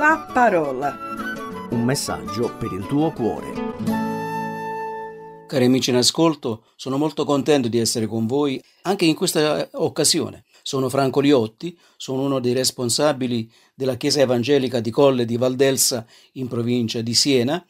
La parola. Un messaggio per il tuo cuore. Cari amici in ascolto, sono molto contento di essere con voi anche in questa occasione. Sono Franco Liotti, sono uno dei responsabili della Chiesa Evangelica di Colle di Valdelsa in provincia di Siena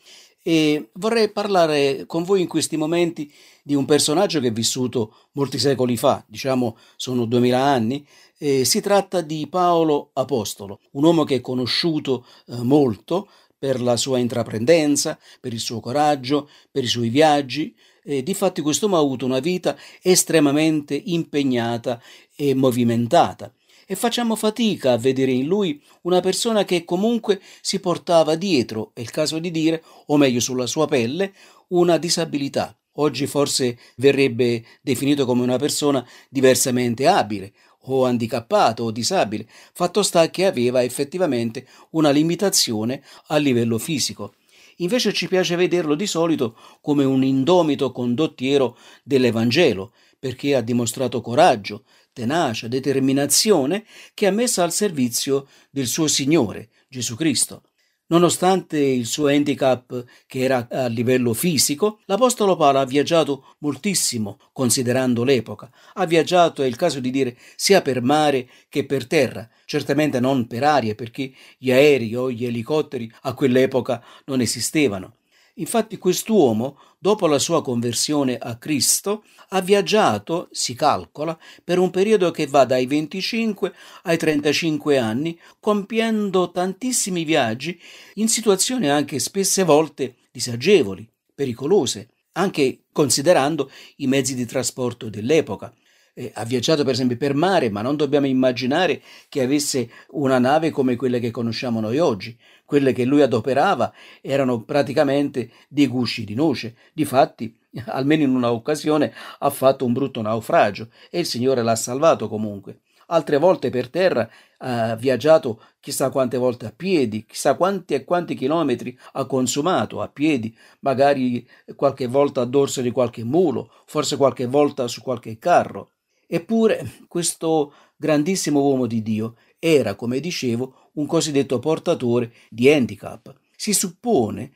e vorrei parlare con voi in questi momenti di un personaggio che è vissuto molti secoli fa, diciamo sono 2000 anni. Si tratta di Paolo Apostolo, un uomo che è conosciuto molto per la sua intraprendenza, per il suo coraggio, per i suoi viaggi. Difatti quest'uomo ha avuto una vita estremamente impegnata e movimentata e facciamo fatica a vedere in lui una persona che comunque si portava dietro, è il caso di dire, o meglio sulla sua pelle, una disabilità. Oggi forse verrebbe definito come una persona diversamente abile o handicappato o disabile, fatto sta che aveva effettivamente una limitazione a livello fisico. Invece ci piace vederlo di solito come un indomito condottiero dell'Evangelo, perché ha dimostrato coraggio, tenacia, determinazione che ha messa al servizio del suo Signore, Gesù Cristo. Nonostante il suo handicap che era a livello fisico, l'Apostolo Paolo ha viaggiato moltissimo considerando l'epoca. Ha viaggiato, è il caso di dire, sia per mare che per terra, certamente non per aria perché gli aerei o gli elicotteri a quell'epoca non esistevano. Infatti quest'uomo, dopo la sua conversione a Cristo, ha viaggiato, si calcola, per un periodo che va dai 25 ai 35 anni, compiendo tantissimi viaggi in situazioni anche spesse volte disagevoli, pericolose, anche considerando i mezzi di trasporto dell'epoca. Ha viaggiato per esempio per mare, ma non dobbiamo immaginare che avesse una nave come quelle che conosciamo noi oggi. Quelle che lui adoperava erano praticamente dei gusci di noce. Difatti, almeno in una occasione, ha fatto un brutto naufragio e il Signore l'ha salvato comunque. Altre volte per terra ha viaggiato chissà quante volte a piedi, chissà quanti e quanti chilometri ha consumato a piedi, magari qualche volta a dorso di qualche mulo, forse qualche volta su qualche carro. Eppure questo grandissimo uomo di Dio era, come dicevo, un cosiddetto portatore di handicap. Si suppone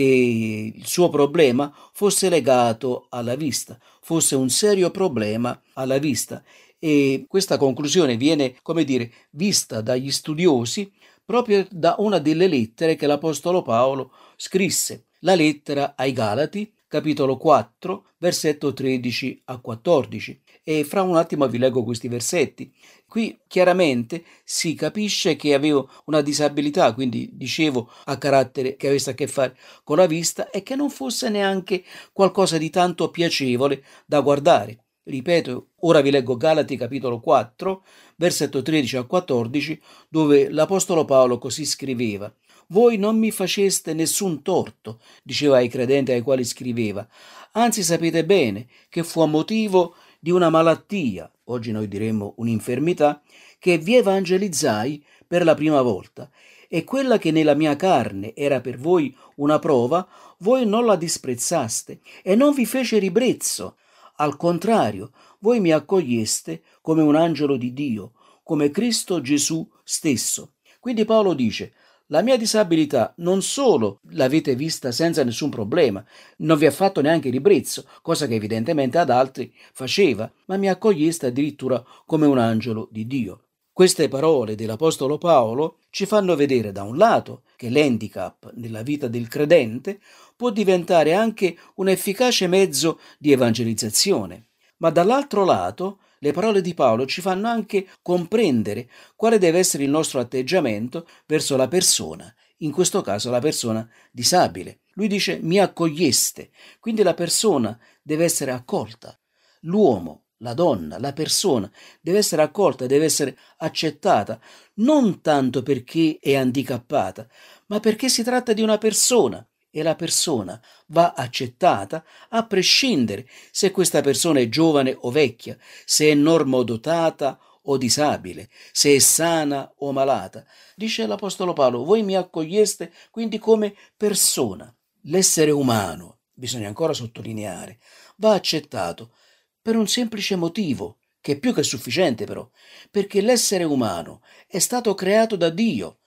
che il suo problema fosse legato alla vista, fosse un serio problema alla vista e questa conclusione viene, come dire, vista dagli studiosi proprio da una delle lettere che l'Apostolo Paolo scrisse, la lettera ai Galati, capitolo 4, versetto 13 a 14. E fra un attimo vi leggo questi versetti. Qui chiaramente si capisce che avevo una disabilità, quindi dicevo a carattere che avesse a che fare con la vista e che non fosse neanche qualcosa di tanto piacevole da guardare. Ripeto, ora vi leggo Galati capitolo 4, versetto 13 a 14, dove l'Apostolo Paolo così scriveva: «Voi non mi faceste nessun torto», diceva ai credenti ai quali scriveva, «anzi sapete bene che fu a motivo di una malattia, oggi noi diremmo un'infermità, che vi evangelizzai per la prima volta, e quella che nella mia carne era per voi una prova, voi non la disprezzaste e non vi fece ribrezzo. Al contrario, voi mi accoglieste come un angelo di Dio, come Cristo Gesù stesso». Quindi Paolo dice: la mia disabilità non solo l'avete vista senza nessun problema, non vi ha fatto neanche ribrezzo, cosa che evidentemente ad altri faceva, ma mi accoglieste addirittura come un angelo di Dio. Queste parole dell'Apostolo Paolo ci fanno vedere da un lato che l'handicap nella vita del credente può diventare anche un efficace mezzo di evangelizzazione, ma dall'altro lato le parole di Paolo ci fanno anche comprendere quale deve essere il nostro atteggiamento verso la persona, in questo caso la persona disabile. Lui dice: mi accoglieste, quindi la persona deve essere accolta. L'uomo, la donna, la persona deve essere accolta, deve essere accettata, non tanto perché è handicappata, ma perché si tratta di una persona. E la persona va accettata a prescindere se questa persona è giovane o vecchia, se è normodotata o disabile, se è sana o malata. Dice l'Apostolo Paolo: voi mi accoglieste quindi come persona. L'essere umano, bisogna ancora sottolineare, va accettato per un semplice motivo, che è più che sufficiente però, perché l'essere umano è stato creato da Dio.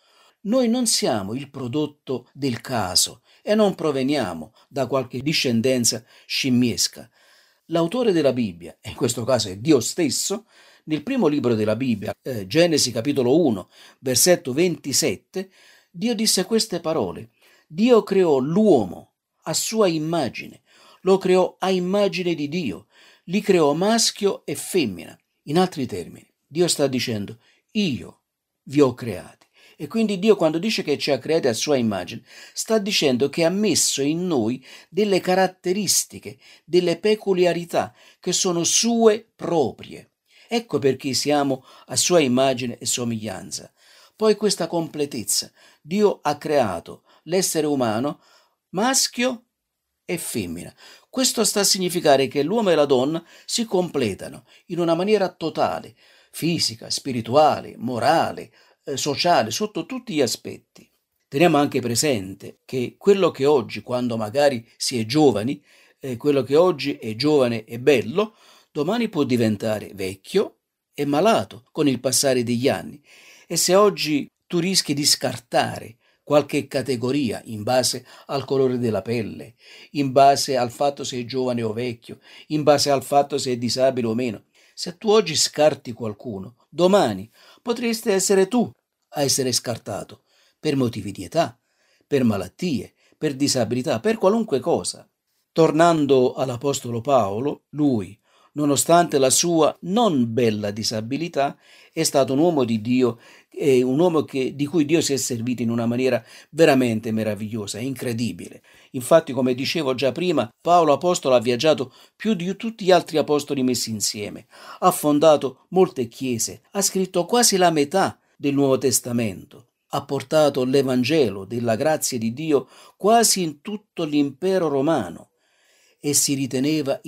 Noi non siamo il prodotto del caso e non proveniamo da qualche discendenza scimmiesca. L'autore della Bibbia, e in questo caso è Dio stesso, nel primo libro della Bibbia, Genesi capitolo 1, versetto 27, Dio disse queste parole: Dio creò l'uomo a sua immagine, lo creò a immagine di Dio, li creò maschio e femmina. In altri termini, Dio sta dicendo: io vi ho creati. E quindi Dio, quando dice che ci ha creati a sua immagine, sta dicendo che ha messo in noi delle caratteristiche, delle peculiarità che sono sue proprie. Ecco perché siamo a sua immagine e somiglianza. Poi questa completezza. Dio ha creato l'essere umano maschio e femmina. Questo sta a significare che l'uomo e la donna si completano in una maniera totale, fisica, spirituale, morale, sociale, sotto tutti gli aspetti. Teniamo anche presente che quello che oggi, quando magari si è giovani, quello che oggi è giovane e bello, domani può diventare vecchio e malato con il passare degli anni. E se oggi tu rischi di scartare qualche categoria in base al colore della pelle, in base al fatto se è giovane o vecchio, in base al fatto se è disabile o meno, se tu oggi scarti qualcuno, domani potresti essere tu a essere scartato per motivi di età, per malattie, per disabilità, per qualunque cosa. Tornando all'Apostolo Paolo, lui, nonostante la sua non bella disabilità, è stato un uomo di Dio e un uomo di cui Dio si è servito in una maniera veramente meravigliosa, incredibile. Infatti, come dicevo già prima, Paolo Apostolo ha viaggiato più di tutti gli altri apostoli messi insieme, ha fondato molte chiese, ha scritto quasi la metà del Nuovo Testamento, ha portato l'Evangelo della grazia di Dio quasi in tutto l'impero romano e si riteneva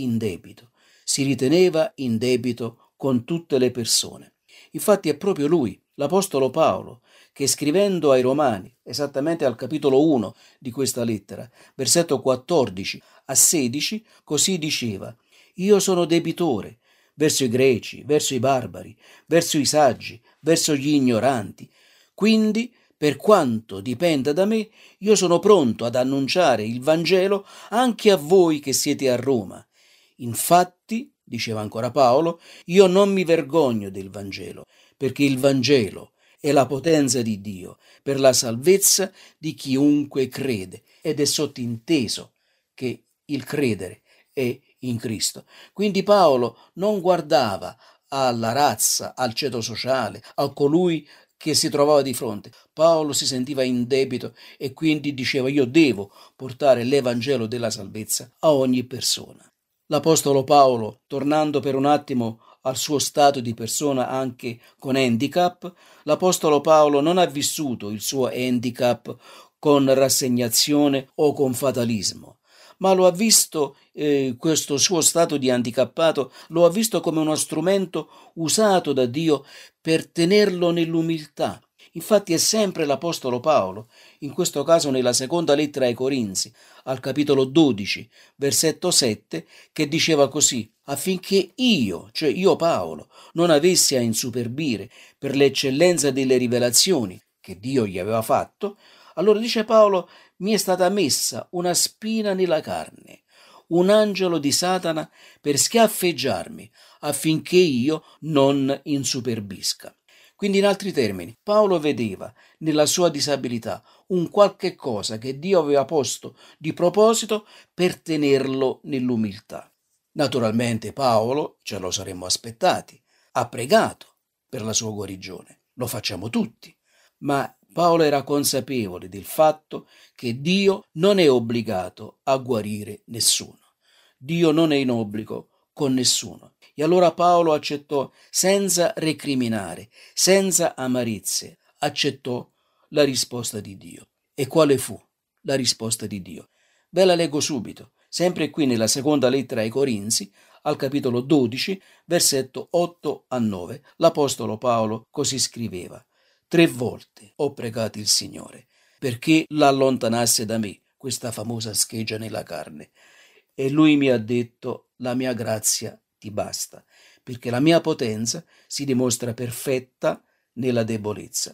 in debito con tutte le persone. Infatti è proprio lui, l'Apostolo Paolo, che scrivendo ai Romani, esattamente al capitolo 1 di questa lettera, versetto 14 a 16, così diceva: io sono debitore verso i greci, verso i barbari, verso i saggi, verso gli ignoranti. Quindi, per quanto dipenda da me, io sono pronto ad annunciare il Vangelo anche a voi che siete a Roma. Infatti, diceva ancora Paolo, io non mi vergogno del Vangelo, perché il Vangelo è la potenza di Dio per la salvezza di chiunque crede, ed è sottinteso che il credere è in Cristo. Quindi Paolo non guardava alla razza, al ceto sociale, a colui che si trovava di fronte. Paolo si sentiva in debito e quindi diceva: io devo portare l'Evangelo della salvezza a ogni persona. L'Apostolo Paolo, tornando per un attimo al suo stato di persona anche con handicap, l'Apostolo Paolo non ha vissuto il suo handicap con rassegnazione o con fatalismo, ma lo ha visto, questo suo stato di handicappato, lo ha visto come uno strumento usato da Dio per tenerlo nell'umiltà. Infatti è sempre l'Apostolo Paolo, in questo caso nella seconda lettera ai Corinzi, al capitolo 12, versetto 7, che diceva così: affinché io, cioè io Paolo, non avessi a insuperbire per l'eccellenza delle rivelazioni che Dio gli aveva fatto, allora dice Paolo: mi è stata messa una spina nella carne, un angelo di Satana per schiaffeggiarmi, affinché io non insuperbisca. Quindi, in altri termini, Paolo vedeva nella sua disabilità un qualche cosa che Dio aveva posto di proposito per tenerlo nell'umiltà. Naturalmente Paolo, ce lo saremmo aspettati, ha pregato per la sua guarigione, lo facciamo tutti, ma Paolo era consapevole del fatto che Dio non è obbligato a guarire nessuno. Dio non è in obbligo con nessuno. E allora Paolo accettò senza recriminare, senza amarizie, accettò la risposta di Dio. E quale fu la risposta di Dio? Ve la leggo subito, sempre qui nella seconda lettera ai Corinzi, al capitolo 12, versetto 8 a 9. L'Apostolo Paolo così scriveva: 3 volte ho pregato il Signore perché l'allontanasse da me questa famosa scheggia nella carne. E lui mi ha detto: la mia grazia ti basta, perché la mia potenza si dimostra perfetta nella debolezza.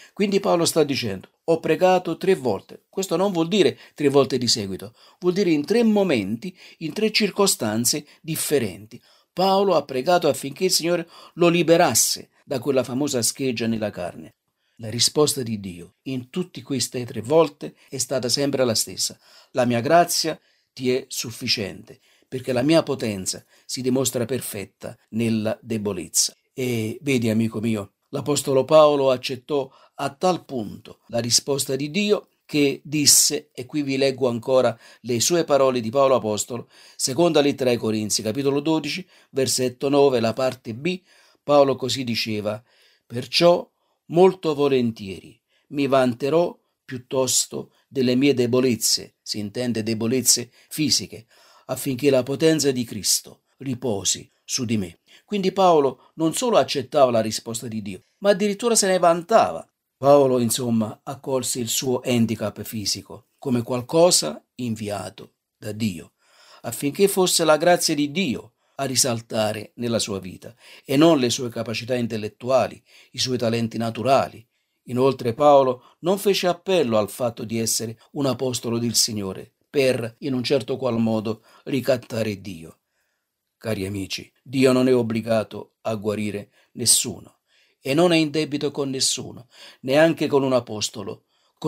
Quindi Paolo sta dicendo: ho pregato 3 volte. Questo non vuol dire 3 volte di seguito, vuol dire in 3 momenti, in 3 circostanze differenti. Paolo ha pregato affinché il Signore lo liberasse da quella famosa scheggia nella carne. La risposta di Dio in tutte queste 3 volte è stata sempre la stessa: la mia grazia ti è sufficiente, perché la mia potenza si dimostra perfetta nella debolezza. E vedi, amico mio, l'Apostolo Paolo accettò a tal punto la risposta di Dio che disse, e qui vi leggo ancora le sue parole di Paolo Apostolo, seconda lettera ai Corinzi, capitolo 12, versetto 9, la parte B. Paolo così diceva: perciò molto volentieri mi vanterò piuttosto delle mie debolezze, si intende debolezze fisiche, affinché la potenza di Cristo riposi su di me. Quindi Paolo non solo accettava la risposta di Dio, ma addirittura se ne vantava. Paolo, insomma, accolse il suo handicap fisico come qualcosa inviato da Dio, affinché fosse la grazia di Dio a risaltare nella sua vita e non le sue capacità intellettuali, i suoi talenti naturali. Inoltre Paolo non fece appello al fatto di essere un apostolo del Signore per, in un certo qual modo, ricattare Dio. Cari amici, Dio non è obbligato a guarire nessuno e non è in debito con nessuno, neanche con un apostolo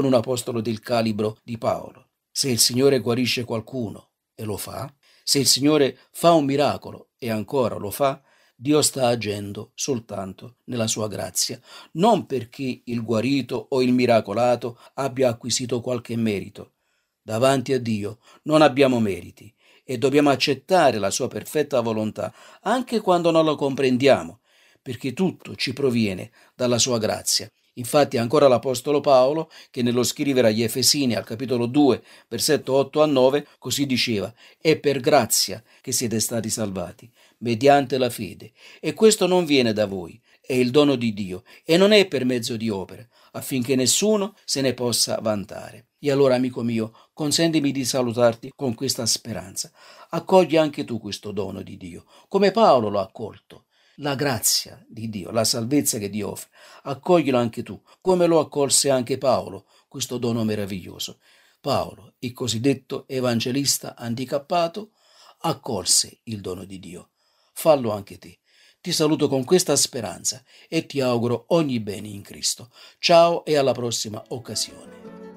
del calibro di Paolo. Se il Signore guarisce qualcuno, e lo fa, se il Signore fa un miracolo, e ancora lo fa, Dio sta agendo soltanto nella sua grazia, non perché il guarito o il miracolato abbia acquisito qualche merito. Davanti a Dio non abbiamo meriti e dobbiamo accettare la sua perfetta volontà, anche quando non lo comprendiamo, perché tutto ci proviene dalla sua grazia. Infatti ancora l'Apostolo Paolo, che nello scrivere agli Efesini al capitolo 2, versetto 8 a 9, così diceva: è per grazia che siete stati salvati, mediante la fede, e questo non viene da voi, è il dono di Dio, e non è per mezzo di opere, affinché nessuno se ne possa vantare. E allora, amico mio, consentimi di salutarti con questa speranza. Accogli anche tu questo dono di Dio, come Paolo lo ha accolto. La grazia di Dio, la salvezza che Dio offre, accoglilo anche tu, come lo accolse anche Paolo, questo dono meraviglioso. Paolo, il cosiddetto evangelista handicappato, accolse il dono di Dio. Fallo anche te. Ti saluto con questa speranza e ti auguro ogni bene in Cristo. Ciao e alla prossima occasione.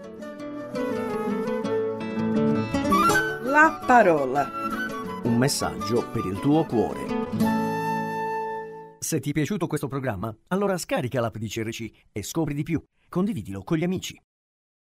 La parola. Un messaggio per il tuo cuore. Se ti è piaciuto questo programma, allora scarica l'app di CRC e scopri di più. Condividilo con gli amici.